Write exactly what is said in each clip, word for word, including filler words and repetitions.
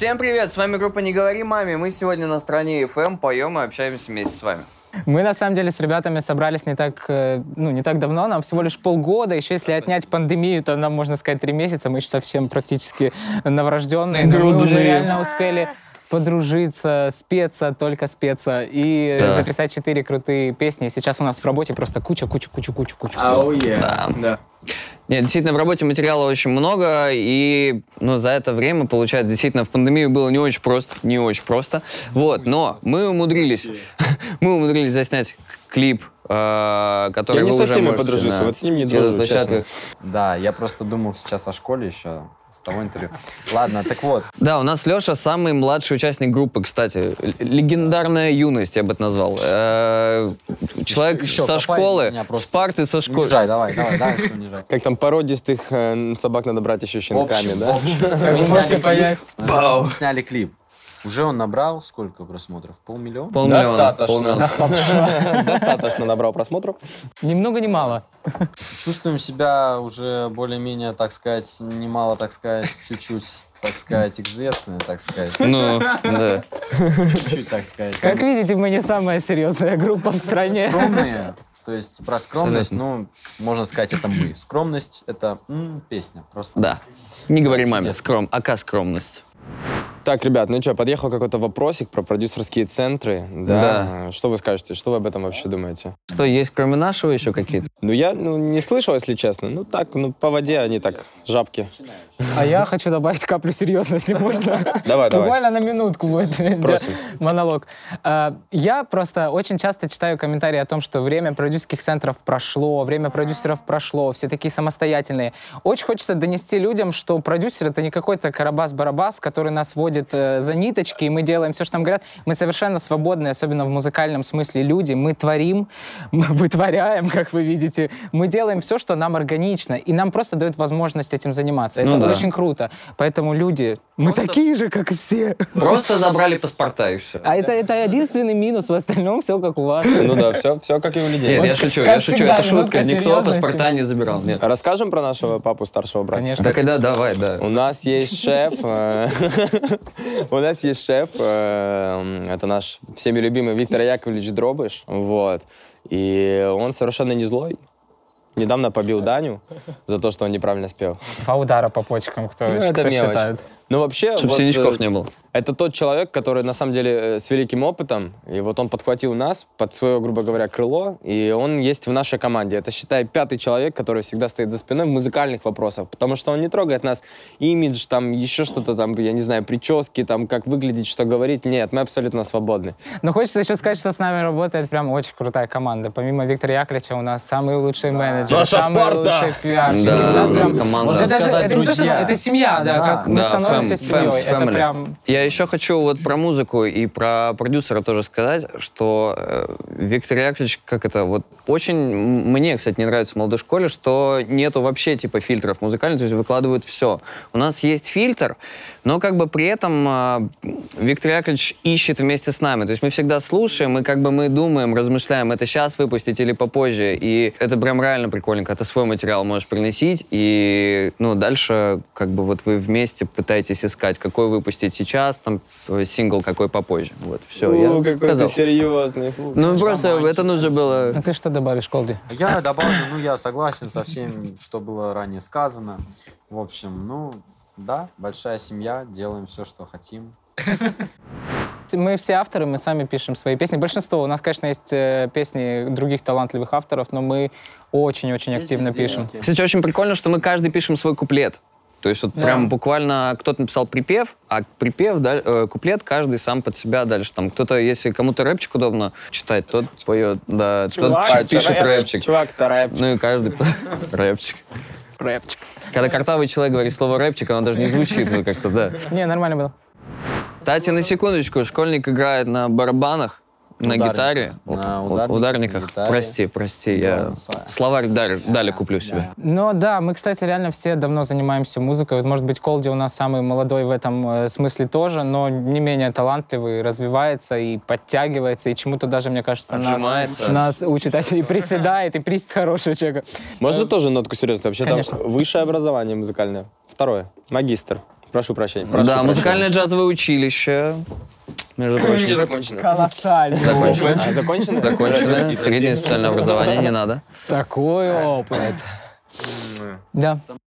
Всем привет, с вами группа «Не говори маме». Мы сегодня на стороне эф эм поем и общаемся вместе с вами. Мы, на самом деле, с ребятами собрались не так, ну, не так давно, нам всего лишь полгода. Еще если отнять пандемию, то нам, можно сказать, три месяца. Мы еще совсем практически новорожденные. Но мы уже реально успели подружиться, спеться, только спеться и да. записать четыре крутые песни. И сейчас у нас в работе просто куча, куча, куча, куча, куча всего. Oh, yeah. Да. Да. Нет, действительно, в работе материала очень много, и ну, за это время, получается, действительно, в пандемию было не очень просто, не очень просто. Вот, но мы умудрились, мы умудрились заснять клип, э, который я вы не уже со всеми можете, подружился, да, вот с ним не дружу, честно. Да, я просто думал сейчас о школе еще, с того интервью. Ладно, так вот. Да, у нас Леша самый младший участник группы, кстати. Легендарная юность, я бы это назвал. Э, человек еще, со школы, с парты со школы. Унижай, давай, давай, давай, что унижай. Как там породистых э, собак надо брать еще щенками, да? Вы можете понять. Мы сняли клип. Уже он набрал сколько просмотров? Полмиллиона? Полмиллиона. Достаточно. Полмиллиона. Достаточно. Достаточно набрал просмотров. Ни много, ни мало. Чувствуем себя уже более-менее, так сказать, немало, так сказать, чуть-чуть, так сказать, известные, так сказать. Ну, да. Чуть-чуть, так сказать. Как видите, мы не самая серьезная группа в стране. Скромные. То есть про скромность, ну, можно сказать, это мы. Скромность — это м, песня. Просто. Да. Не говори маме, скром, ака скромность. Так, ребят, ну что, подъехал какой-то вопросик про продюсерские центры, да? Да. Что вы скажете, что вы об этом вообще думаете? Что, есть кроме нашего еще какие-то? Ну, я ну, не слышал, если честно. Ну, так, ну, по воде они так, жабки. А я хочу добавить каплю серьезности, можно? Давай, давай. Буквально на минутку будет Просим. монолог. Я просто очень часто читаю комментарии о том, что время продюсерских центров прошло, время продюсеров прошло, все такие самостоятельные. Очень хочется донести людям, что продюсер — это не какой-то Карабас-Барабас, который нас водит за ниточки, и мы делаем все, что нам говорят. Мы совершенно свободные, особенно в музыкальном смысле, люди. Мы творим, мы вытворяем, как вы видите. Мы делаем все, что нам органично, и нам просто дают возможность этим заниматься. Это ну, да. очень круто. Поэтому люди, мы просто такие же, как и все. Просто забрали паспорта, и все. А это, это единственный минус, в остальном все как у вас. Ну да, все, все как и у людей. Нет, вот я шучу, я шучу, это шутка. Никто паспорта не забирал. Нет. Расскажем про нашего папу старшего брата? Конечно. Да, когда, давай, да. У нас есть шеф. У нас есть шеф. Это наш всеми любимый Виктор Яковлевич Дробыш. Вот. И он совершенно не злой. Недавно побил Даню за то, что он неправильно спел. Два удара по почкам, кто, ну, кто это считает. Ну, вообще... Чтобы вот, синячков не было. Это тот человек, который, на самом деле, с великим опытом, и вот он подхватил нас под свое, грубо говоря, крыло, и он есть в нашей команде. Это, считай, пятый человек, который всегда стоит за спиной в музыкальных вопросах, потому что он не трогает нас имидж, там, еще что-то там, я не знаю, прически, там, как выглядеть, что говорить. Нет, мы абсолютно свободны. Но хочется еще сказать, что с нами работает прям очень крутая команда. Помимо Виктора Яковлевича у нас самые лучшие менеджеры, Наша самые Спарта! лучшие пиарщики. Да, у нас у нас прям, команда. Это, даже, сказать, это, не то, что, друзья. это семья, да, Да. как мы Да, становимся fam, семьей. fam, Это family. прям... Я еще хочу вот про музыку и про продюсера тоже сказать, что э, Виктор Яковлевич, как это, вот очень, мне, кстати, не нравится в молодой школе, что нету вообще типа фильтров музыкальных, то есть выкладывают все. У нас есть фильтр, но как бы при этом э, Виктор Яковлевич ищет вместе с нами, то есть мы всегда слушаем, и как бы мы думаем, размышляем, это сейчас выпустить или попозже, и это прям реально прикольненько, ты свой материал можешь приносить, и ну, дальше как бы вот вы вместе пытаетесь искать, какой выпустить сейчас, там, сингл какой попозже. Вот, все, Фу, я какой сказал. ты серьезный. Фу. Ну, просто это нужно было... А ты что добавишь, Колди? Я добавлю, ну, я согласен со всем, что было ранее сказано. В общем, ну, да, большая семья, делаем все, что хотим. Мы все авторы, мы сами пишем свои песни. Большинство. У нас, конечно, есть э, песни других талантливых авторов, но мы очень-очень активно пишем. Кстати, очень прикольно, что мы каждый пишем свой куплет. То есть вот да. прям буквально кто-то написал припев, а припев, да, э, куплет каждый сам под себя дальше. Там кто-то, если кому-то рэпчик удобно читать, тот поет, да, Чувак, тот пишет рэпчик. Чувак-то рэпчик. Ну и каждый рэпчик. Рэпчик. Когда картавый человек говорит слово рэпчик, оно даже не звучит, ну как-то, да. Не, нормально было. Кстати, на секундочку, школьник играет на барабанах, на Ударник. гитаре, На ударниках. ударниках, на гитаре. Прости, прости, я словарь дали, дали куплю себе. Но да, мы, кстати, реально все давно занимаемся музыкой. Вот, может быть, Колди у нас самый молодой в этом э, смысле тоже, но не менее талантливый, развивается и подтягивается, и чему-то даже, мне кажется, нас, Отжимается. нас учит. И приседает, и приседает хорошего человека. Можно тоже нотку серьезно? Вообще Конечно. там высшее образование музыкальное. Второе. Магистр. Прошу прощения. Прошу Да, прощения. музыкальное джазовое училище. Между прочим. Не закончено. Колоссально. Закончено. А, закончено? Закончено. Среднее специальное образование не надо. Такой опыт. Да.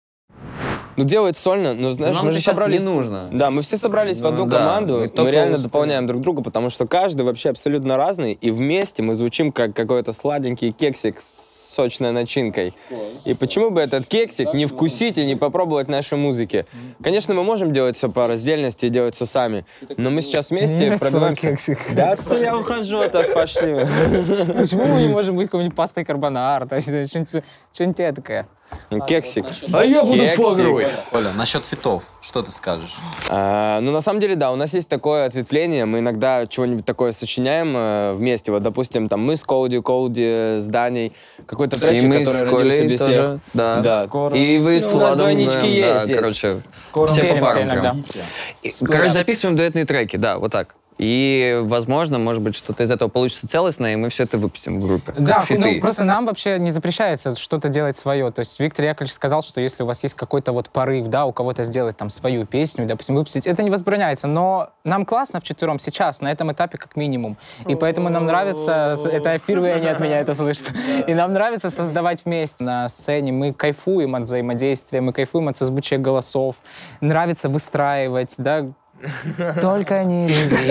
Ну, делать сольно, но, знаешь, Нам мы же сейчас собрались... не нужно. Да, мы все собрались в одну Ну, да, команду, мы мы, только реально успели. дополняем друг друга, потому что каждый вообще абсолютно разный, и вместе мы звучим как какой-то сладенький кексик с сочной начинкой. И почему бы этот кексик не вкусить и не попробовать нашей музыки? Конечно, мы можем делать все по раздельности и делать все сами, но мы сейчас вместе Не пробиваемся... кексик. Да, все, я ухожу от вас, пошли. Почему мы не можем быть какой-нибудь пастой карбонара, то есть что-нибудь что-нибудь эдакое? Ну, кексик. А я буду Кексик. фуагрой. Оля, насчет фитов, что ты скажешь? А, ну, на самом деле, да, у нас есть такое ответвление, мы иногда чего-нибудь такое сочиняем э, вместе. Вот, допустим, там мы с Коуди, Коуди, с Даней, какой-то И тречик, мы который с родился Колей без тоже. всех. Да. Да. Скоро. И вы с Ну, у нас Владом. двойнички да, есть да, здесь. короче. Скоро Все по Делимся парам иногда. прям. И, Короче, записываем дуэтные треки, да, вот так. И, возможно, может быть, что-то из этого получится целостное, и мы все это выпустим в группе. Да, Как фиты. ну, просто нам вообще не запрещается что-то делать свое. То есть Виктор Яковлевич сказал, что если у вас есть какой-то вот порыв, да, у кого-то сделать там свою песню, допустим, выпустить, это не возбраняется. Но нам классно вчетвером сейчас, на этом этапе как минимум. И поэтому нам нравится, это впервые они от меня это слышат, и нам нравится создавать вместе на сцене. Мы кайфуем от взаимодействия, мы кайфуем от созвучия голосов, нравится выстраивать, да, только не люби.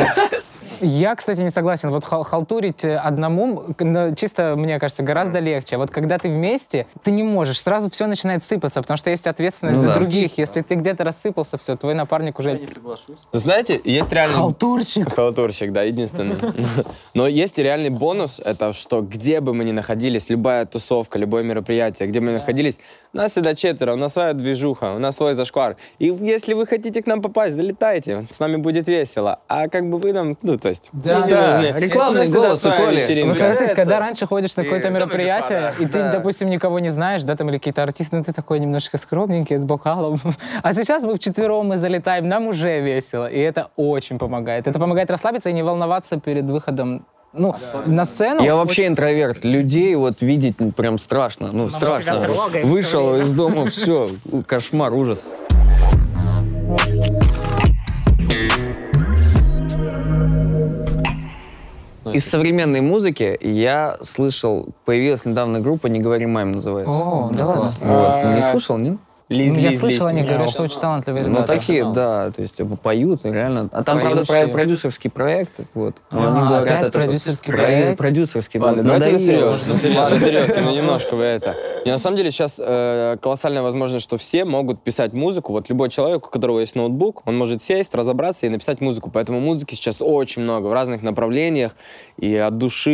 Я, кстати, не согласен. Вот хал- халтурить одному, ну, чисто, мне кажется, гораздо легче. Вот когда ты вместе, ты не можешь. Сразу все начинает сыпаться, потому что есть ответственность Ну за да. других. Если ты где-то рассыпался, все, твой напарник уже... Знаете, есть реально... Халтурщик. Халтурщик, да, единственный. Но есть и реальный бонус, это что где бы мы ни находились, любая тусовка, любое мероприятие, где бы мы ни находились, нас всегда четверо, у нас своя движуха, у нас свой зашквар. И если вы хотите к нам попасть, залетайте, с нами будет весело. А как бы вы нам, ну, то есть, Да, не да. нужны. Рекламный У нас всегда голос у своя Коли. вечеринка. Ну, согласись, когда раньше ходишь на И какое-то дамы и мероприятие, господа, и ты, да. допустим, никого не знаешь, да, там, или какие-то артисты, ну, ты такой немножко скромненький, с бокалом. А сейчас мы вчетвером мы залетаем, нам уже весело, и это очень помогает. Это помогает расслабиться и не волноваться перед выходом, ну, на сцену. Я вообще интроверт. Людей вот видеть ну, прям страшно. Ну, страшно. трогаем Вышел всё время. из дома, все, кошмар, ужас. Из современной музыки я слышал, появилась недавно группа «Не говори маме» называется. О, да ладно. Вот. Не слышал, нет? Лиз, Ну, я лиз, слышал, лиз. они говорят, что очень талантливые Ну, ребята. такие, да, то есть типа, поют, и реально. А там, правда, Поющие. про- продюсерский проект, вот. Но А, они говорят, опять это продюсерский про- проект? Продюсерский. Ладно, ну, давайте на надоело. серьезно. На серьезно, на серьезно, ну немножко вы это. И на самом деле сейчас э, колоссальная возможность, что все могут писать музыку. Вот любой человек, у которого есть ноутбук, он может сесть, разобраться и написать музыку. Поэтому музыки сейчас очень много в разных направлениях. И от души,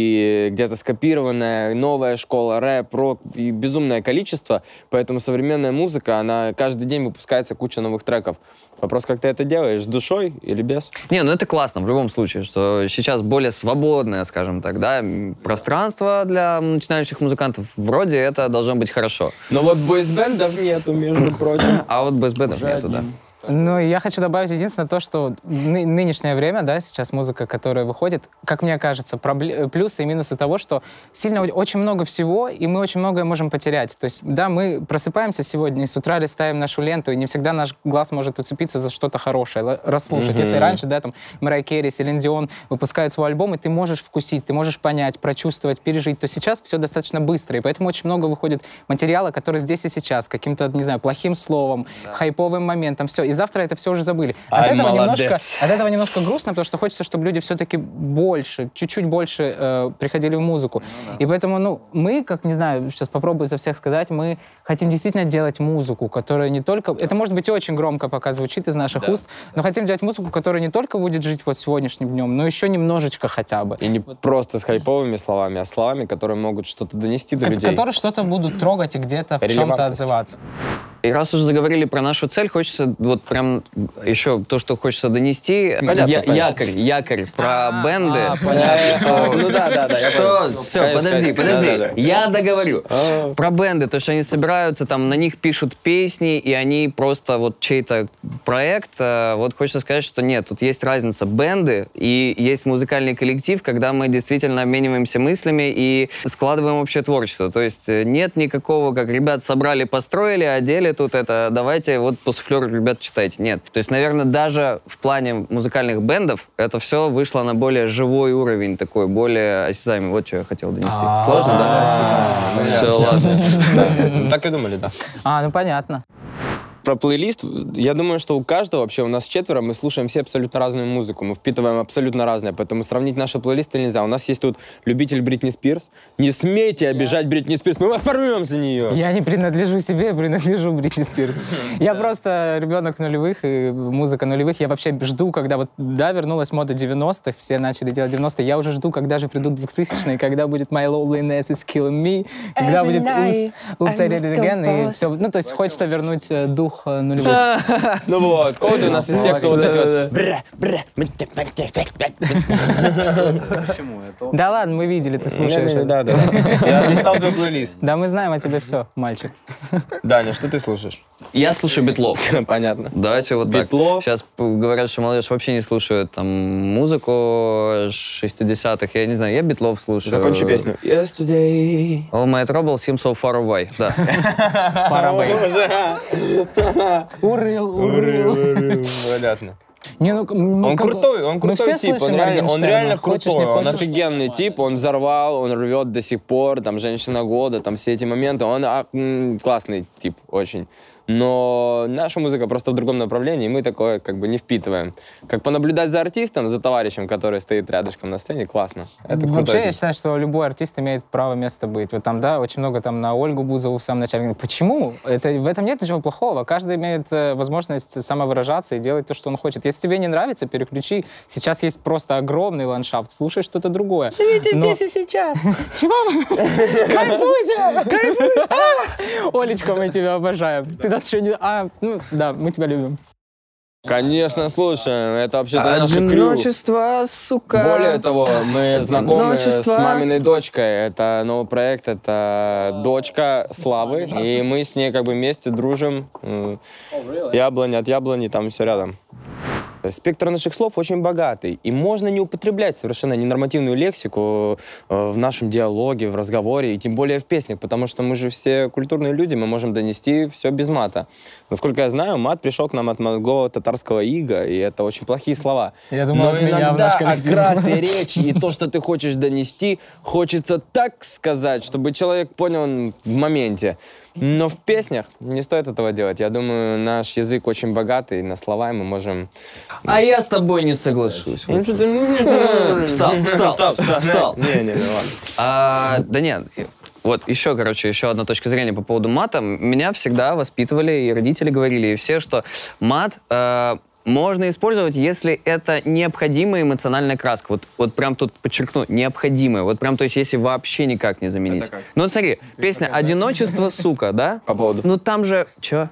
и где-то скопированная, новая школа, рэп, рок, и безумное количество. Поэтому современная музыка, она каждый день выпускается куча новых треков. Вопрос, как ты это делаешь, с душой или без? Не, ну это классно в любом случае, что сейчас более свободное, скажем так, да, м, пространство для начинающих музыкантов. Вроде это должно быть хорошо. Но вот бойсбендов нету, между прочим. А вот бэсбэдов нету, да. Ну, я хочу добавить единственное то, что ны- нынешнее время, да, сейчас музыка, которая выходит, как мне кажется, пробле- плюсы и минусы того, что сильно о- очень много всего, и мы очень многое можем потерять. То есть, да, мы просыпаемся сегодня и с утра листаем нашу ленту, и не всегда наш глаз может уцепиться за что-то хорошее, л- расслушать. Мгм. Если раньше, да, там, Мэрайя Керри, Селин Дион выпускают свой альбом, и ты можешь вкусить, ты можешь понять, прочувствовать, пережить, то сейчас все достаточно быстро, и поэтому очень много выходит материала, который здесь и сейчас, каким-то, не знаю, плохим словом, хайповым моментом, все. И завтра это все уже забыли. От Ай, этого, молодец. немножко, от этого немножко грустно, потому что хочется, чтобы люди все-таки больше, чуть-чуть больше э, приходили в музыку. И поэтому, ну, мы, как, не знаю, сейчас попробую за всех сказать, мы хотим действительно делать музыку, которая не только... Это, может быть, очень громко пока звучит из наших уст, но хотим делать музыку, которая не только будет жить вот сегодняшним днем, но еще немножечко хотя бы. И не просто с хайповыми словами, а словами, которые могут что-то донести до Ко- людей. Которые что-то будут трогать и где-то в чем-то Релевантность. отзываться. И раз уже заговорили про нашу цель, хочется вот прям еще то, что хочется донести. Понятно, Я- понятно. Якорь, якорь про бенды. А, понятно. Что- Ну да, да, да, я Что? понял. Все, Конечно, подожди, конечно, подожди. да, да, да. Я договорю. А. Про бенды, то, что они собираются, там, на них пишут песни, и они просто вот чей-то проект. э, Вот хочется сказать, что нет, тут есть разница. Бенды и есть музыкальный коллектив, когда мы действительно обмениваемся мыслями и складываем общее творчество. То есть э, нет никакого, как ребят собрали, построили, одели, тут это, давайте вот по суфлеру, ребят, читайте. Нет. То есть, наверное, даже в плане музыкальных бендов это все вышло на более живой уровень, такой, более осязаемый. Вот что я хотел донести. Сложно, да? Все, ладно. Так и думали, да. А, ну понятно. Про плейлист, я думаю, что у каждого, вообще у нас четверо, мы слушаем все абсолютно разную музыку, мы впитываем абсолютно разное, поэтому сравнить наши плейлисты нельзя. У нас есть тут любитель Бритни Спирс. Не смейте обижать Бритни Спирс, мы вас порвем за нее. Я не принадлежу себе, я принадлежу Бритни Спирс. Я просто ребенок нулевых, и музыка нулевых. Я вообще жду, когда вот, да, вернулась мода девяностых, все начали делать девяностые. Я уже жду, когда же придут двухтысячные, когда будет My Loneliness is Killing Me, когда будет Oops, Oops, I Did It Again, и все. Ну, то есть хочется вернуть э, дух нулевых. Ну вот, коды у нас из тех, кто вот эти вот... Почему? Это Да ладно, мы видели, ты слушаешь. это. Да, да. Я листал твой плейлист. Да, мы знаем о тебе все, мальчик. Даня, что ты слушаешь? Я слушаю битлов. Понятно. Давайте вот так. Битлов. Сейчас говорят, что молодежь вообще не слушает там музыку шестидесятых. Я не знаю, я битлов слушаю. Закончи песню. Yesterday. All my trouble seems so far away. Да. Урыл, урыл. Понятно. Не, ну, ну, Он как- крутой, он мы крутой все тип, он слышим реально, он Моргенштерна. реально Хочешь, крутой, не он хочешь? офигенный тип, он взорвал, он рвет до сих пор, там, женщина года, там, все эти моменты, он а, м, классный тип, очень. Но наша музыка просто в другом направлении, и мы такое как бы не впитываем. Как понаблюдать за артистом, за товарищем, который стоит рядышком на сцене, классно. Это крутой Вообще, я тип. считаю, что любой артист имеет право место быть. Вот там, да, очень много там на Ольгу Бузову в самом начале. говорят, Почему? Это, в этом нет ничего плохого. Каждый имеет э, возможность самовыражаться и делать то, что он хочет. Если тебе не нравится, переключи. Сейчас есть просто огромный ландшафт. Слушай что-то другое. Живите здесь и сейчас. Чего? Кайфуйте! Кайфуй! Олечка, мы тебя обожаем. Ты нас еще не... А, ну, да, мы тебя любим. Конечно, слушаем, это вообще-то наше крю. Одиночество, сука. Более того, мы знакомы с Одиночество. маминой дочкой. Это новый проект, это дочка Славы, и мы с ней как бы вместе дружим. М, Яблони от яблони, там все рядом. Спектр наших слов очень богатый, и можно не употреблять совершенно ненормативную лексику э, в нашем диалоге, в разговоре, и тем более в песнях, потому что мы же все культурные люди, мы можем донести все без мата. Насколько я знаю, мат пришел к нам от монголо-татарского ига, и это очень плохие слова. Я думал, Но от меня в иногда наш коллектив. окрасы речи и то, что ты хочешь донести, хочется так сказать, чтобы человек понял в моменте. Но в песнях не стоит этого делать. Я думаю, наш язык очень богатый, на слова мы можем... А я с тобой не соглашусь. Вот тут. Встал, встал, встал. Не-не, ладно. А, да нет, вот еще, короче, еще одна точка зрения по поводу мата. Меня всегда воспитывали, и родители говорили, и все, что мат э, можно использовать, если это необходимая эмоциональная краска. Вот, вот прям тут подчеркну, необходимая. Вот прям, то есть, если вообще никак не заменить. Это как? Ну вот смотри, песня «Одиночество, сука», да? По поводу? Ну там же... Чё?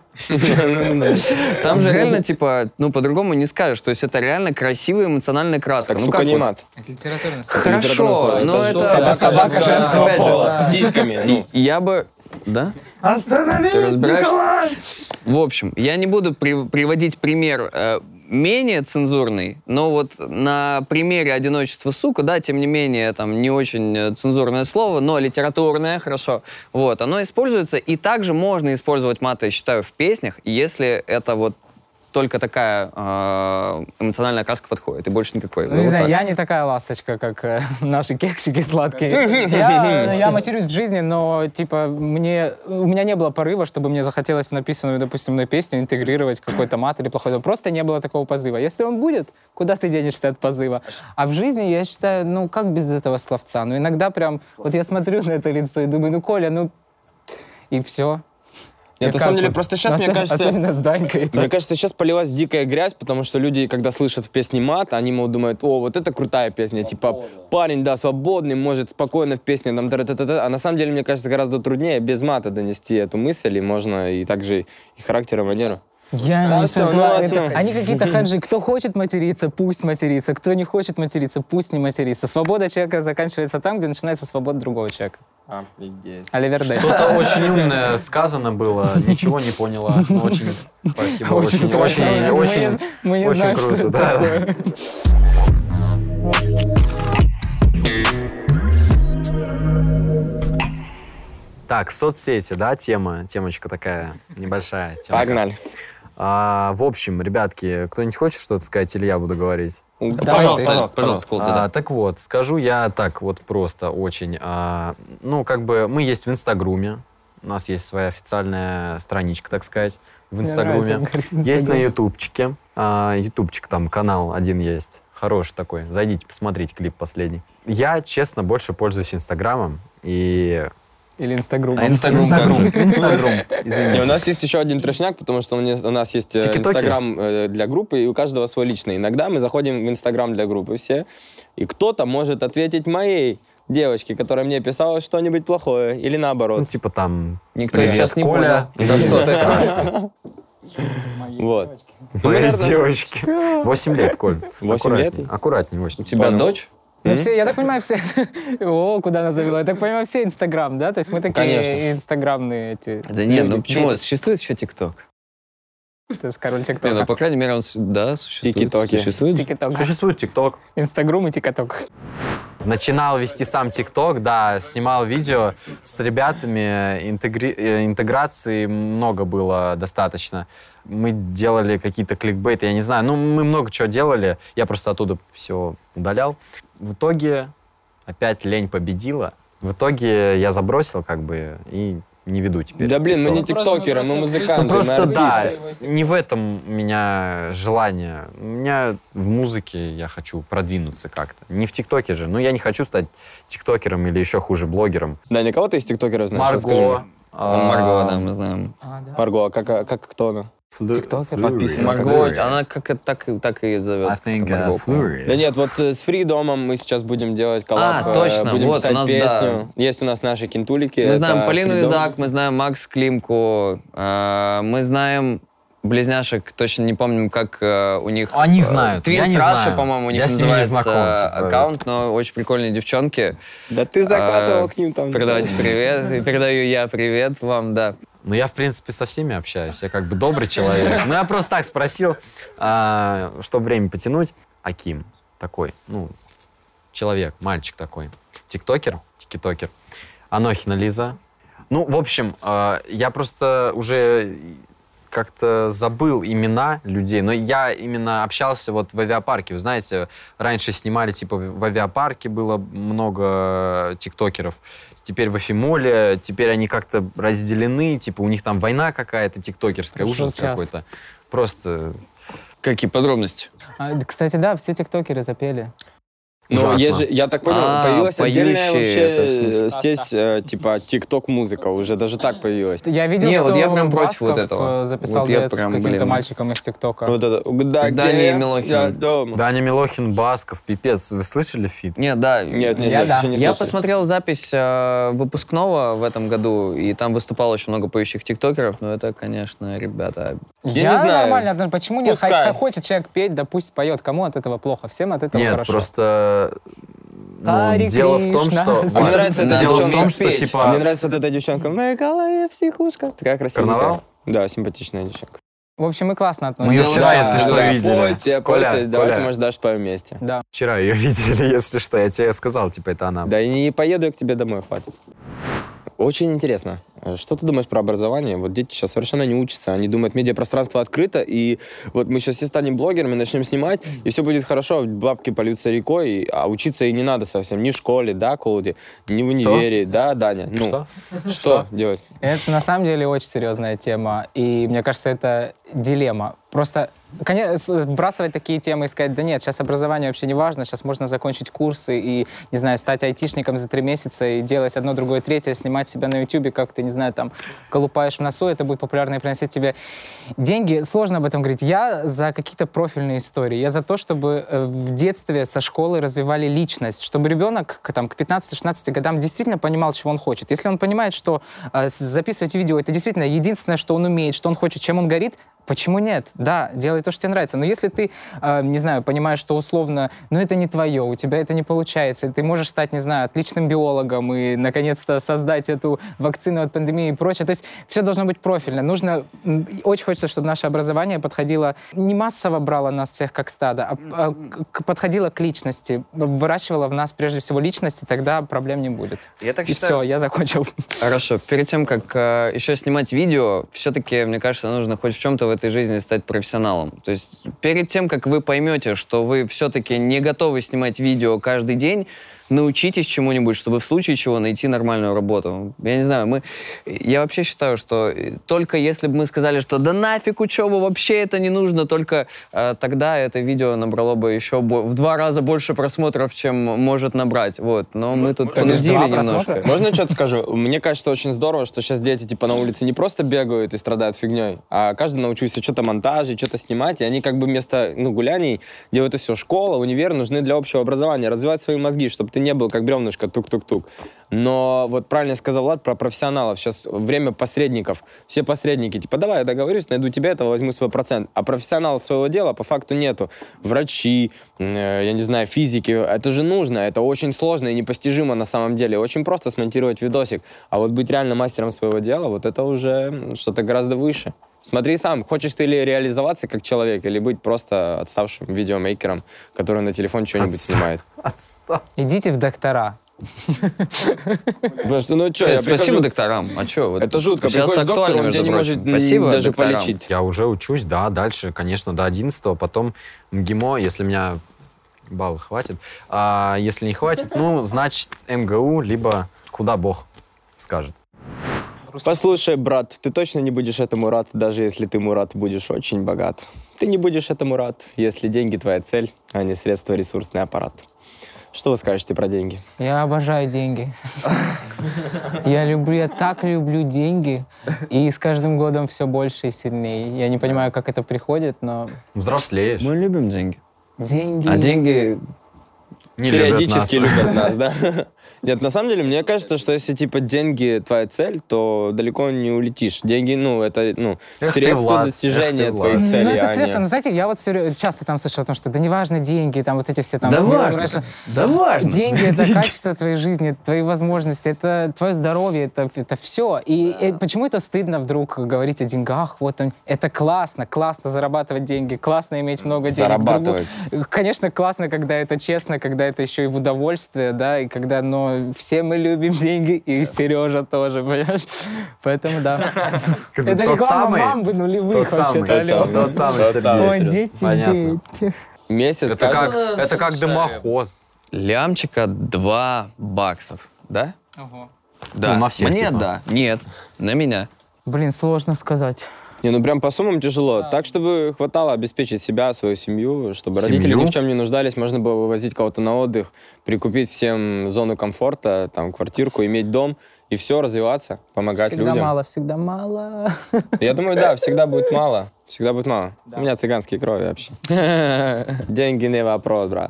Там же реально, типа, ну по-другому не скажешь. То есть это реально красивая эмоциональная краска. Так, Ну сука, как не вот? мат. Литературный Хорошо, но это... Это собака опять женского же, пола. С сиськами. Ну. И я бы... Да? Ты разбираешься? В общем, я не буду при- приводить пример э, менее цензурный, но вот на примере «Одиночества, сука», да, тем не менее, там не очень э, цензурное слово, но литературное, хорошо, вот, оно используется, и также можно использовать мат, я считаю, в песнях, если это вот только такая э, эмоциональная краска подходит, и больше никакой. Ну, не Вот знаю, так. я не такая ласточка, как э, наши кексики сладкие. Я, я матерюсь в жизни, но, типа, мне, у меня не было порыва, чтобы мне захотелось в написанную, допустим, мной песню интегрировать какой-то мат или плохой. Просто не было такого позыва. Если он будет, куда ты денешься от позыва? А в жизни, я считаю, ну, как без этого словца? Ну, иногда прям, вот я смотрю на это лицо и думаю, ну, Коля, ну, и все. Нет, на самом деле, просто сейчас, мне кажется... Особенно с Данькой. Мне кажется, сейчас полилась дикая грязь, потому что люди, когда слышат в песне мат, они, мол, думают, о, вот это крутая песня, типа, парень, да, свободный, может спокойно в песне, там, та-та-та-та. А на самом деле, мне кажется, гораздо труднее без мата донести эту мысль, и можно и также и характер, и манеру. Я Да, не всё, согласен. ну, ладно. Они какие-то хаджи. Кто хочет материться, пусть матерится. Кто не хочет материться, пусть не матерится. Свобода человека заканчивается там, где начинается свобода другого человека. Офигеть. Оливер Дэй. Что-то очень умное сказано было, ничего не поняла. Но очень спасибо, очень, страшно. очень, Мы не- очень, мы не очень знаем, что круто, это да. такое. Так, соцсети, да, тема, темочка такая небольшая. темка. Погнали. А, в общем, ребятки, кто-нибудь хочет что-то сказать, или я буду говорить? Пожалуйста, Пожалуйста, пожалуйста, пожалуйста, Кол, ты, А, да. так вот, скажу я так вот просто очень. А, ну, как бы мы есть в Инстагруме, у нас есть своя официальная страничка, так сказать, в Мне Инстагруме. нравится алгоритм Есть на Инстаграма. Ютубчике. А, Ютубчик, там канал один есть. Хороший такой. Зайдите, посмотрите клип последний. Я, честно, больше пользуюсь Инстаграмом. И... Или Инстаграм. А Инстаграм как же? Инстаграм. Не, у Извините. нас есть еще один трешняк, потому что у меня- у нас есть э, Тики-токи? Инстаграм э, для группы, и у каждого свой личный. Иногда мы заходим в Инстаграм для группы все, и кто-то может ответить моей девочке, которая мне писала что-нибудь плохое, или Ну, наоборот. типа там... Никто «Привет, сейчас не Коля». понял. Да что ты? Вот. Моей наверное, девочки. Восемь лет, Коль. Восемь лет? Аккуратней, Аккуратней, восемь. У тебя Понял. дочь? Ну, все, я так понимаю, все... О, куда нас завело. Я так понимаю, все Инстаграм, да? То есть мы такие Конечно. инстаграмные эти... Да нет, ну люди, почему? дети. Существует еще ТикТок. То есть король Не, ну, ТикТока. по крайней мере, он, с- да, существует. Тики-токи. Существует. ТикТок. Существует ТикТок. Инстаграм и ТикТок. Начинал вести сам ТикТок, да, снимал видео с ребятами, интегри- э, интеграции много было достаточно. Мы делали какие-то кликбейты, я не знаю, ну, мы много чего делали, я просто оттуда все удалял. В итоге опять лень победила, в итоге я забросил как бы и не веду теперь. Да блин, мы не TikTok. тиктокеры, мы музыканты, Ну просто мы да, артисты. не в этом у меня желание. У меня в музыке я хочу продвинуться как-то. Не в ТикТоке же. Ну я не хочу стать тиктокером или еще хуже блогером. Да, никого ты из тиктокеров знаешь? Вот скажи Марго. мне. Он Марго, да, мы знаем. Марго, а как, а как кто она? Тиктокер? Подписан. Марго, она как и так, и- так и I зовется. think как uh, Марго. Flurry. Да нет, вот э, с Фридомом мы сейчас будем делать коллаб. А, э, точно, Будем вот, писать у нас, песню. Есть у нас наши кентулики. Мы это знаем Полину Freedom. Изак, мы знаем Макс Климку, э, мы знаем близняшек, точно не помним, как э, у них... Они э, знают, я Twins не Russia, знаю. по-моему, у них Я с ними не называется знаком, э, типа. аккаунт, но очень прикольные девчонки. Да ты закатывал Э, к ним там. Передавайте привет, и передаю я привет вам, да. Ну, я, в принципе, со всеми общаюсь. Я как бы добрый человек. Ну, я просто так спросил, а, чтобы время потянуть. Аким такой, ну, человек, мальчик такой. Тиктокер, тикитокер. Анохина Лиза. Ну, в общем, а, я просто уже как-то забыл имена людей, но я именно общался вот в авиапарке. Вы знаете, раньше снимали, типа, в авиапарке было много тиктокеров. Теперь в Афимоле, теперь они как-то разделены, типа у них там война какая-то тиктокерская, Прошел ужас час. какой-то. Просто Какие подробности? А, кстати, да, все тиктокеры запели. Ну, ужасно. есть же, я так понял, А, появилась отдельная поющие, это в вообще смысле? э, здесь, э, типа, тикток-музыка, уже даже так появилась. Я видел, Не, что вот я прям против вот Басков, этого. э, записал Вот я дуэт с прям, каким-то блин. мальчиком из ТикТока. Вот это, да, С где Даней я? Милохиным. Я дома. Даня Милохин, Басков, пипец. Вы слышали фит? Нет, да. Нет, нет, Я нет, да. еще не Я слышал. посмотрел запись э, выпускного в этом году, и там выступало очень много поющих тиктокеров, но это, конечно, ребята... Я не знаю. нормально, отношусь. Почему нет? Пускай. Хоть- Хочет человек петь, да пусть поет. Кому от этого плохо? Всем от этого Нет, хорошо. просто... Ну, Хари дело в том, Кришна. что... А А мне нравится эта Дело в девчонка том, что, петь. типа... А мне нравится вот эта девчонка. В моей голове психушка. Такая красивая. Карнавал? Да, симпатичная девчонка. В общем, мы классно Мы относимся. ее вчера, Да, если что, да, видели. Пойте, Коля, пойте, давайте, Коля, может, даже споем вместе. Да. вчера ее видели, если что. Я тебе сказал, типа, это она. Да и не поеду я к тебе домой, хватит. Очень интересно. Что ты думаешь про образование? Вот дети сейчас совершенно не учатся. Они думают, медиапространство открыто, и вот мы сейчас все станем блогерами, начнем снимать, и все будет хорошо, бабки польются рекой, а учиться и не надо совсем. Ни в школе, да, Колоди, ни в универе, да, Даня? Ну, Что? что делать? Это на самом деле очень серьезная тема, и мне кажется, это дилемма. Просто, конечно, вбрасывать такие темы и сказать, да нет, сейчас образование вообще не важно, сейчас можно закончить курсы и, не знаю, стать айтишником за три месяца и делать одно, другое, третье, снимать себя на ютубе, как ты, не знаю, там, колупаешь в носу, это будет популярно и приносить тебе деньги. Сложно об этом говорить. Я за какие-то профильные истории. Я за то, чтобы э, в детстве со школы развивали личность, чтобы ребенок к, там, к пятнадцати-шестнадцати годам действительно понимал, чего он хочет. Если он понимает, что э, с- записывать видео — это действительно единственное, что он умеет, что он хочет, чем он горит, Почему нет? Да, делай то, что тебе нравится. Но если ты, э, не знаю, понимаешь, что условно, ну это не твое, у тебя это не получается, ты можешь стать, не знаю, отличным биологом и, наконец-то, создать эту вакцину от пандемии и прочее. То есть все должно быть профильно. Нужно, очень хочется, чтобы наше образование подходило, не массово брало нас всех как стадо, а, а к, подходило к личности, выращивало в нас прежде всего личность, и тогда проблем не будет. Я так и считаю. все, я закончил. Хорошо. Перед тем, как э, еще снимать видео, все-таки, мне кажется, нужно хоть в чем-то в этой жизни стать профессионалом. То есть перед тем, как вы поймете, что вы все-таки не готовы снимать видео каждый день, научитесь чему-нибудь, чтобы в случае чего найти нормальную работу. Я не знаю, мы... Я вообще считаю, что только если бы мы сказали, что да нафиг учебу, вообще это не нужно, только э, тогда это видео набрало бы еще бо- в два раза больше просмотров, чем может набрать. Вот. Но мы тут понудили немножко. Можно я что-то скажу? Мне кажется, очень здорово, что сейчас дети типа на улице не просто бегают и страдают фигней, а каждый научился что-то монтажить, что-то снимать, и они как бы вместо ну, гуляний делают это все. Школа, универ нужны для общего образования, развивать свои мозги, чтобы ты не был как бревнышко, тук-тук-тук. Но вот правильно сказал Влад про профессионалов. Сейчас время посредников. Все посредники, типа, давай я договорюсь, найду тебя, этого возьму свой процент. А профессионалов своего дела по факту нету. Врачи, э, я не знаю, физики. Это же нужно, это очень сложно и непостижимо на самом деле. Очень просто смонтировать видосик. А вот быть реально мастером своего дела, вот это уже что-то гораздо выше. Смотри сам, хочешь ты ли реализоваться как человек, или быть просто отставшим видеомейкером, который на телефон что-нибудь Отстав. снимает. Отстав. Идите в доктора. Потому что, ну что, Э, я Спасибо прихожу... докторам. А что? Вот Это жутко. сейчас Приходишь к доктору, актуально, он тебя между не может прочим. Спасибо даже докторам. полечить. Я уже учусь, да, дальше, конечно, до одиннадцатого, потом МГИМО, если меня баллов хватит. А если не хватит, ну, значит, МГУ, либо куда Бог скажет. Послушай, брат, ты точно не будешь этому рад, даже если ты, Мурат, будешь очень богат. Ты не будешь этому рад, если деньги твоя цель, а не средство, ресурсный аппарат. Что вы скажете про деньги? Я обожаю деньги. Я люблю, я так люблю деньги, и с каждым годом все больше и сильнее. Я не понимаю, как это приходит, но Взрослеешь. Мы любим деньги. деньги... А деньги... Не Периодически любят нас. любят нас, да? Нет, на самом деле, мне кажется, что если, типа, деньги твоя цель, то далеко не улетишь. Деньги, ну, это, ну, Эх ты, средство Влад, достижения эх ты, твоих Влад. целей, Ну, это а не- средство, но, знаете, я вот всё- часто там слышу о том, что да не важно деньги, там вот эти все там... Да смелые, важно. раньше- Да важно. Деньги — это качество твоей жизни, это твои возможности, это твое здоровье, это, это все. И, и почему это стыдно вдруг говорить о деньгах? Вот он, это классно, классно зарабатывать деньги, классно иметь много денег. Зарабатывать. Другу- Конечно, классно, когда это честно, когда это еще и в удовольствие, да, и когда, но все мы любим деньги, и Сережа тоже, понимаешь? Поэтому да. Это Тот реклама самый, мамбы нулевых Тот самый, вообще-то, алло. тот самый Тот Сергей. самый. Ой, дети, Понятно. дети. Месяц, Это как, каждый- это как дымоход. Лямчика два баксов, да? Ого. Да. Ну, на всех, Мне типа. да. Нет, на меня. Блин, сложно сказать. Не, ну прям по суммам тяжело. Так, чтобы хватало обеспечить себя, свою семью, чтобы Семью? родители ни в чем не нуждались, можно было вывозить кого-то на отдых, прикупить всем зону комфорта, там, квартирку, иметь дом, и все, развиваться, помогать Всегда людям. мало, всегда мало. Я думаю, да, всегда будет мало. Всегда будет мало. У меня цыганские крови вообще. Деньги не вопрос, брат.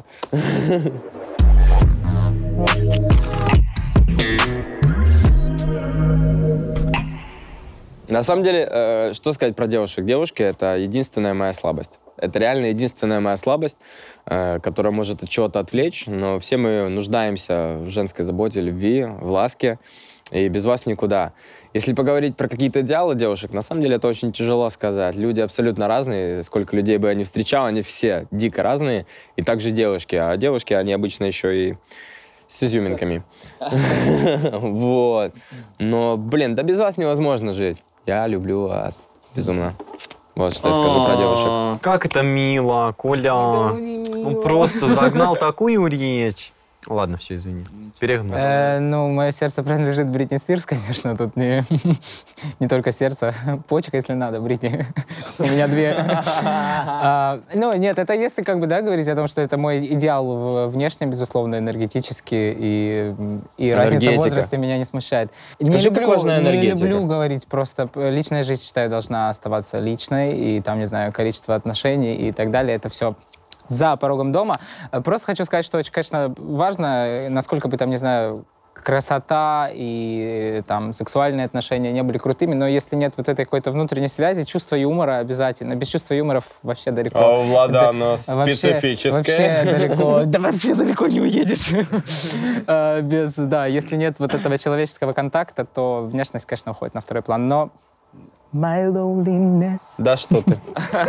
На самом деле, э, что сказать про девушек? Девушки — это единственная моя слабость. Это реально единственная моя слабость, э, которая может от чего-то отвлечь, но все мы нуждаемся в женской заботе, любви, в ласке, и без вас никуда. Если поговорить про какие-то идеалы девушек, на самом деле это очень тяжело сказать. Люди абсолютно разные, сколько людей бы я ни встречал, они все дико разные, и также девушки. А девушки, они обычно еще и с изюминками. Вот. Но, блин, да без вас невозможно жить. Я люблю вас. Безумно. Вот что я скажу про девушек. Как это мило, Коля. Он просто загнал такую речь. Ладно, все, извини. Перегнул. Э, ну, мое сердце принадлежит Бритни Спирс, конечно, тут не, не только сердце, почка, если надо, Бритни. У меня две. А, ну, нет, это если как бы, да, говорить о том, что это мой идеал в- внешне, безусловно, энергетически, и, и разница в Энергетика. возрасте меня не смущает. Скажи, не как важна не энергетика? люблю говорить просто, личная жизнь, считаю, должна оставаться личной, и там, не знаю, количество отношений и так далее, это все за порогом дома. Просто хочу сказать, что очень, конечно, важно, насколько бы там, не знаю, красота и там сексуальные отношения не были крутыми, но если нет вот этой какой-то внутренней связи, чувство юмора обязательно. Без чувства юмора вообще далеко. А у Влада Да, оно специфическое. Вообще далеко, да вообще далеко не уедешь. А, без, да, если нет вот этого человеческого контакта, то внешность, конечно, уходит на второй план. Но my loneliness. Да что ты.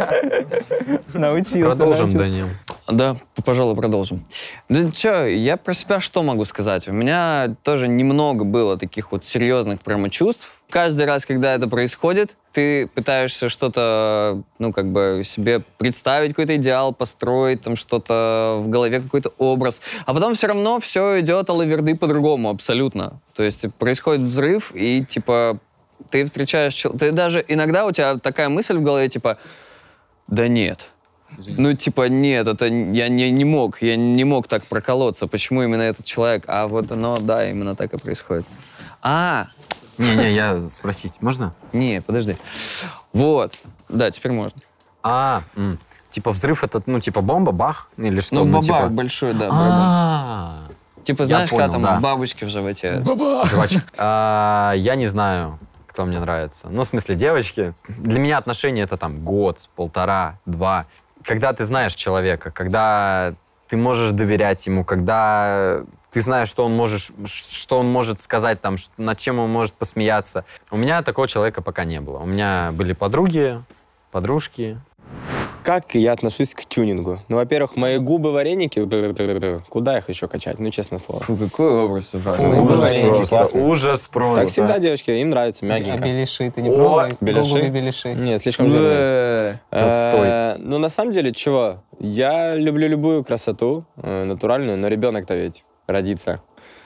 Научился. Продолжим, научился. Данил. Да, пожалуй, продолжим. Да что, я про себя что могу сказать? У меня тоже немного было таких вот серьезных прямо чувств. Каждый раз, когда это происходит, ты пытаешься что-то, ну, как бы себе представить, какой-то идеал, построить, там что-то в голове, какой-то образ. А потом все равно все идет алаверды по-другому абсолютно. То есть происходит взрыв, и, типа, ты встречаешь... чел- Ты даже иногда у тебя такая мысль в голове, типа, да нет. Ну, типа, нет, это я не, не мог, я не мог так проколоться. Почему именно этот человек? А вот оно, да, именно так и происходит. А, Не-не, я спросить, можно? не, подожди. Вот, да, теперь можно. А, м, типа взрыв это, ну, типа бомба, бах? Или что? Ну, бабах типа... большой, да, барабан. А, Типа, я знаешь, когда понял, там да. бабочки в животе. жвачка. А, я не знаю, кто мне нравится. Ну, в смысле, девочки. Для меня отношения это там год, полтора, два. Когда ты знаешь человека, когда ты можешь доверять ему, когда ты знаешь, что он, можешь, что он может сказать, там, ш- над чем он может посмеяться. У меня такого человека пока не было. У меня были подруги, подружки. Как я отношусь к тюнингу? Ну, во-первых, мои губы вареники, куда их еще качать? Ну, честное слово. Фу, какой образ ужасный. Губы Ужас вареники просто, классные. ужас просто. Так всегда девочки, им нравится А мягенько. беляши, ты не О, пробовал? беляши? Голубые беляши. Нет, слишком жирные. Э, Отстой. Э, Ну, на самом деле, чего? Я люблю любую красоту, э, натуральную, но ребенок-то ведь родится.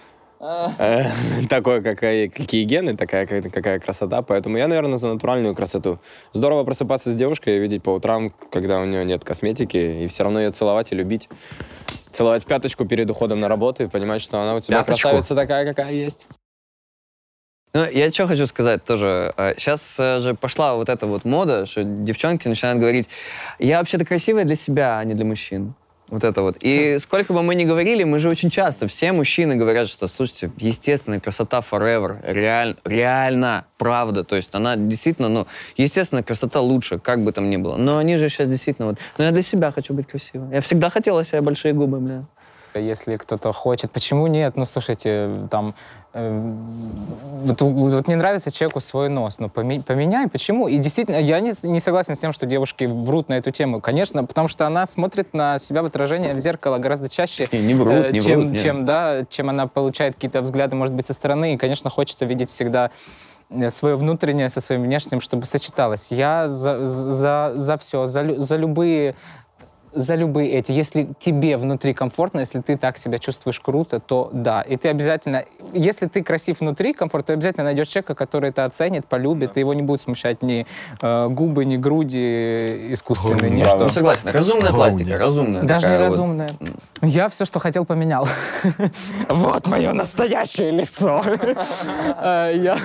Э, Такой, какая- какие гены, такая какая- какая красота. Поэтому я, наверное, за натуральную красоту. Здорово просыпаться с девушкой и видеть по утрам, когда у нее нет косметики, и все равно ее целовать и любить. Целовать в пяточку перед уходом на работу и понимать, что она у тебя Пяточку? красавица такая, какая есть. Ну, я что хочу сказать тоже. Сейчас же пошла вот эта вот мода, что девчонки начинают говорить, я вообще-то красивая для себя, а не для мужчин. Вот это вот. И сколько бы мы ни говорили, мы же очень часто, все мужчины говорят, что, слушайте, естественная красота forever, реаль, реально, правда. То есть она действительно, ну, естественная красота лучше, как бы там ни было. Но они же сейчас действительно вот, ну, я для себя хочу быть красивой. Я всегда хотела себе большие губы, бля. Если кто-то хочет, почему нет? Ну, слушайте, там, э, вот, вот не нравится человеку свой нос, ну, поме- поменяй, почему? И действительно, я не, с- не согласен с тем, что девушки врут на эту тему. Конечно, потому что она смотрит на себя в отражение в зеркало гораздо чаще, Не, не врут, э, не чем, врут, нет. чем, да, чем она получает какие-то взгляды, может быть, со стороны. И, конечно, хочется видеть всегда э, свое внутреннее со своим внешним, чтобы сочеталось. Я за, за, за все, за, лю- за любые за любые эти. Если тебе внутри комфортно, если ты так себя чувствуешь круто, то да. И ты обязательно... Если ты красив внутри, комфорт, то обязательно найдешь человека, который это оценит, полюбит, и его не будет смущать ни э, губы, ни груди искусственные, ни Ну, что. согласен. Разумная пластика, разумная. Даже такая вот. неразумное. Я все, что хотел, поменял. Вот мое настоящее лицо. Э, Я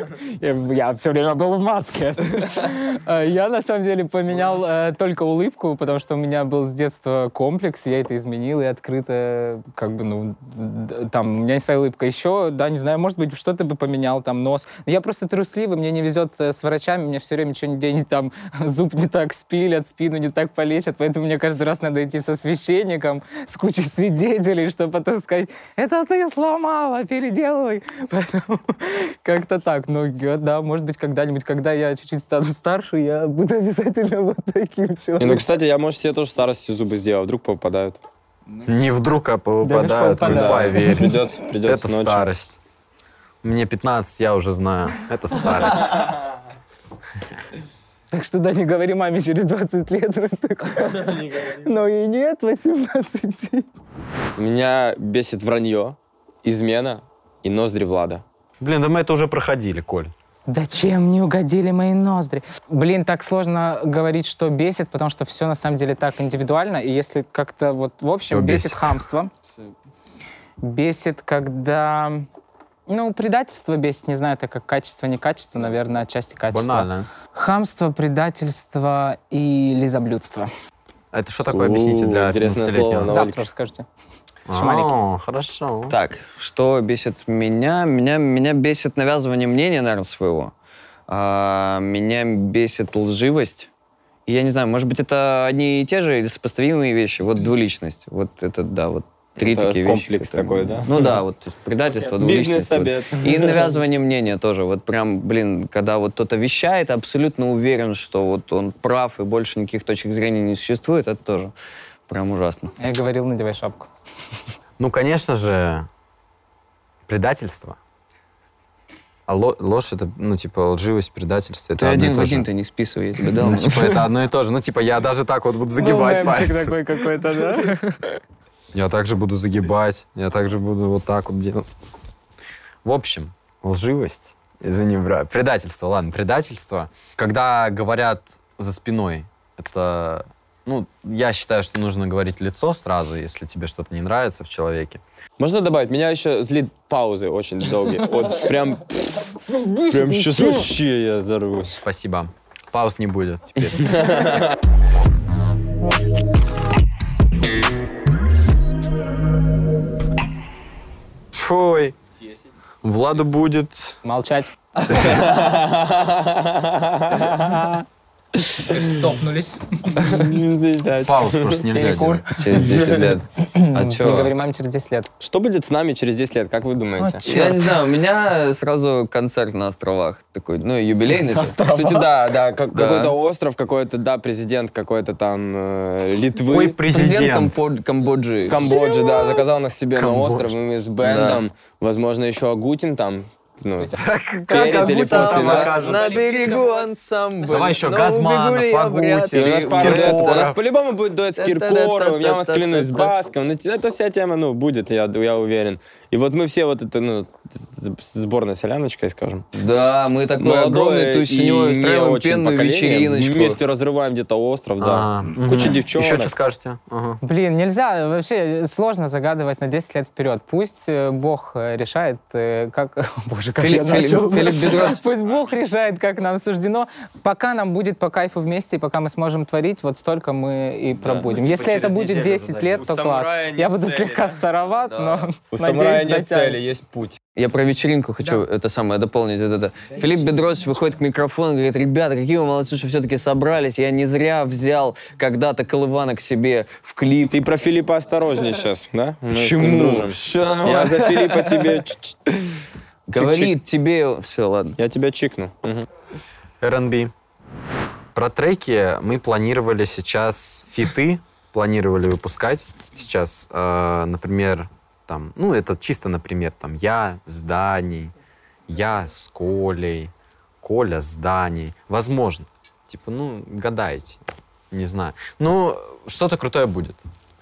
я все время был в маске. Э, Я, на самом деле, поменял э, только улыбку, потому что у меня был с детства комплекс, я это изменил, и открыто, как бы, ну, д- там, у меня есть своя улыбка. Еще, да, не знаю, может быть, что-то бы поменял, там, нос. Но я просто трусливый, мне не везет э, с врачами, мне все время что-нибудь, там, зуб не так спилят, спину не так полечат, поэтому мне каждый раз надо идти со священником, с кучей свидетелей, чтобы потом сказать, это ты сломала, переделывай. Поэтому как-то так. Ну, я, да, может быть, когда-нибудь, когда я чуть-чуть стану старше, я буду обязательно вот таким И, ну, человеком. кстати, я, может, себе тоже в старости зубы сделал, вдруг попадают. Не вдруг, а попадают, попадают. поверь. Придется, придется Это ночью. старость. Мне пятнадцать, я уже знаю. Это старость. Так что, да, не говори маме через двадцать лет. Но и нет, восемнадцать. Меня бесит вранье, измена и ноздри Влада. Блин, да мы это уже проходили, Коль. Да чем не угодили мои ноздри? Блин, так сложно говорить, что бесит, потому что все на самом деле так индивидуально. И если как-то вот в общем Всё бесит бесит. хамство, бесит, когда... Ну, предательство бесит, не знаю, это как качество, не качество, наверное, отчасти качество. Банально. Хамство, предательство и лизоблюдство. Это что такое, объясните, для интересное пятнадцатилетнего? слово. Завтра расскажете. Еще маленький. О, хорошо. Так, что бесит меня? Меня, меня бесит навязывание мнения, наверное, своего. А, меня бесит лживость. И я не знаю, может быть, это одни и те же или сопоставимые вещи. Вот двуличность. Вот это, да, вот три Это такие комплекс вещи. такой, да? Ну да, вот то есть предательство, двуличность. Бизнес-обед. Вот. И навязывание мнения тоже. Вот прям, блин, когда вот кто-то вещает, абсолютно уверен, что вот он прав и больше никаких точек зрения не существует, это тоже прям ужасно. Я говорил, надевай шапку. Ну, конечно же, предательство. А ло- ложь — это, ну, типа, лживость, предательство. Это Ты одно и один в то же. один-то не списывай, я тебе дал. Ну, типа, это одно и то же. Ну, типа, я даже так вот буду загибать пальцы. такой какой-то, да? Я также буду загибать, я также буду вот так вот делать. В общем, лживость, извини, бра, предательство, ладно, предательство. Когда говорят за спиной, это, ну, я считаю, что нужно говорить в лицо сразу, если тебе что-то не нравится в человеке. Можно добавить? Меня еще злит паузы очень долгие. Вот прям... Прям сейчас вообще я взорвусь. Спасибо. Пауз не будет теперь. Фой. Владу будет... Молчать. Стопнулись. Пауз просто нельзя Перекур. делать. Через десять лет. А Не чё? говори маме через десять лет. Что будет с нами через десять лет, как вы думаете? Я не знаю, у меня сразу концерт на островах такой, ну, юбилейный же. Кстати, да, да, как- Да. какой-то остров, какой-то, да, президент какой-то там э, Литвы. Ой, Президент президент. Камбо- Камбоджи. Камбоджи, да, заказал нас себе на Камбоджа. остров, мы с бэндом, возможно, еще Агутин там, ну, Как перед или Агутин после, там да? окажется? На берегу ансамбль. Давай еще на Газманов, берегу я вряд Агутин. ли И у нас пару Киркоров. дуэтов. У нас по-любому будет дуэт с Киркоровым, я вам Та-та-та-та-та-та-та. клянусь, с Баском. Ну, эта вся тема, ну, будет, я, я уверен. И вот мы все вот это, ну, с- сборной соляночкой, скажем. Да, мы такой Молодое огромный и тусенёй не устраиваем очень пенную поколение. вечериночку. Вместе разрываем где-то остров, да. А, мгм. Куча девчонок. Еще что скажете? Ага. Блин, нельзя, вообще сложно загадывать на десять лет вперед. Пусть э, Бог э, решает, э, как... Боже, как Филипп- я начал. Филипп- Филипп Бедрос. Пусть Бог решает, как нам суждено. Пока нам будет по кайфу вместе, и пока мы сможем творить, вот столько мы и пробудем. Ну, типа Если это через будет неделю десять зададим. лет, У то класс. самурая нет Я буду цели, слегка да? староват, но У самурая надеюсь, нет дотянем. цели, есть путь. Я про вечеринку хочу это самое дополнить. Вот это. Филипп Бедросович выходит к микрофону и говорит: ребята, какие вы молодцы, что все-таки собрались. Я не зря взял когда-то Колывана к себе в клип. Ты про Филиппа осторожней сейчас, да? Мы с ним Почему? дружим. Всё Я нормально. за Филиппа тебе... ч- ч- Говорит тебе... Все, ладно. Я тебя чикну. Мгм. эр энд би. Про треки мы планировали сейчас фиты, планировали выпускать сейчас, э, например, там, ну, это чисто, например, там, я с Даней, я с Колей, Коля с Даней. Возможно. Типа, ну, гадайте. Не знаю. Ну, что-то крутое будет.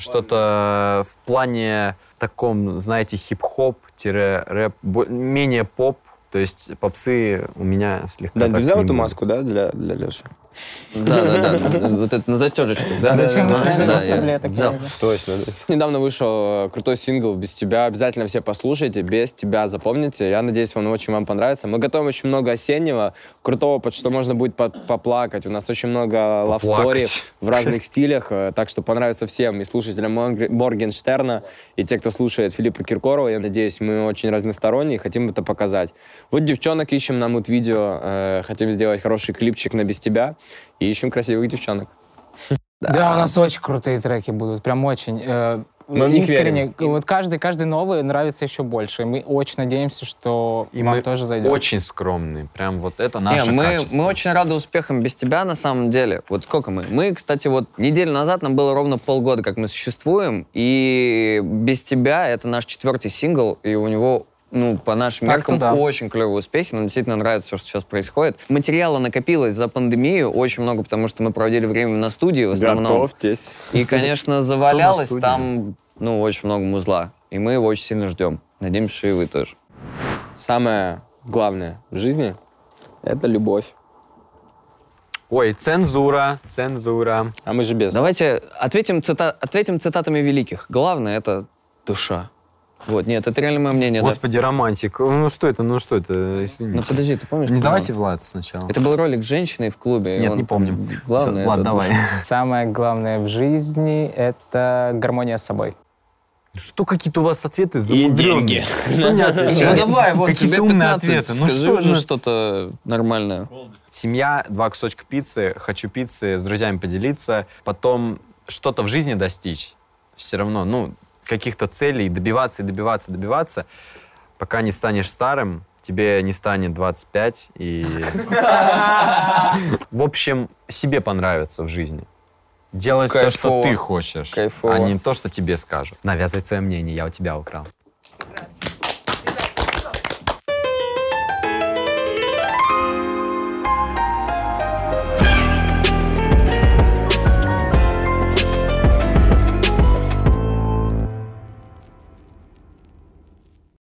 Что-то в плане таком, знаете, хип-хоп-рэп, бо- менее поп. То есть попсы у меня слегка Да, так ты взял не эту будет. маску, да, для, для Леши? Да, да, да. Вот это на застежечках, да? Зачем вы Да, сняли да, нас я таблеток? взял. Точно. Недавно вышел э, крутой сингл «Без тебя». Обязательно все послушайте. «Без тебя» запомните. Я надеюсь, он очень вам понравится. Мы готовим очень много осеннего, крутого, под что можно будет по- поплакать. У нас очень много лавстори Поплакать. в разных стилях, э, так что понравится всем. И слушателям Морг- Моргенштерна, и те, кто слушает Филиппа Киркорова. Я надеюсь, мы очень разносторонние и хотим это показать. Вот девчонок ищем, нам вот видео. э, хотим сделать хороший клипчик на «Без тебя». И ищем красивых девчонок. Да, у нас очень крутые треки будут, прям очень. Э, Мы в них искренне. Вот каждый, каждый новый нравится еще больше. И мы очень надеемся, что И вам мы тоже зайдет. очень скромные. Прям вот это Не, наше мы, качество. мы очень рады успехам без тебя, на самом деле. Вот сколько мы? Мы, кстати, вот неделю назад, нам было ровно полгода, как мы существуем, и без тебя это наш четвертый сингл, и у него, ну, по нашим Так-то меркам, да. очень клевые успехи. Нам действительно нравится все, что сейчас происходит. Материала накопилось за пандемию очень много, потому что мы проводили время на студии в основном. Готовьтесь. И, конечно, завалялось студии? там, ну, очень много музла. И мы его очень сильно ждем. Надеемся, что и вы тоже. Самое главное в жизни — это любовь. Ой, цензура, цензура. А мы же без. Давайте ответим, цита- ответим цитатами великих. Главное — это душа. Вот, нет, это реально мое мнение. Да. Господи, романтик. Ну что это, ну что это? Извините. Ну подожди, ты помнишь? Не как давайте было? Влад сначала. Это был ролик с женщиной в клубе. и Нет, он не там помню. Главное, Всё, Влад, это давай. Самое главное в жизни — это гармония с собой. Что какие-то у вас ответы замудренные? Что не Ну отвечаете? давай, вот Какие-то тебе умные пятнадцать, ответы. Ну скажи что уже ну, что-то нормальное. Семья, два кусочка пиццы, хочу пиццы, с друзьями поделиться, потом что-то в жизни достичь. Все равно, ну, каких-то целей, добиваться и добиваться, добиваться, пока не станешь старым, тебе не станет двадцать пять, и... В общем, себе понравится в жизни. Делать все, что Кайфово. ты хочешь, Кайфово. а не то, что тебе скажут. Навязывать свое мнение, я у тебя украл.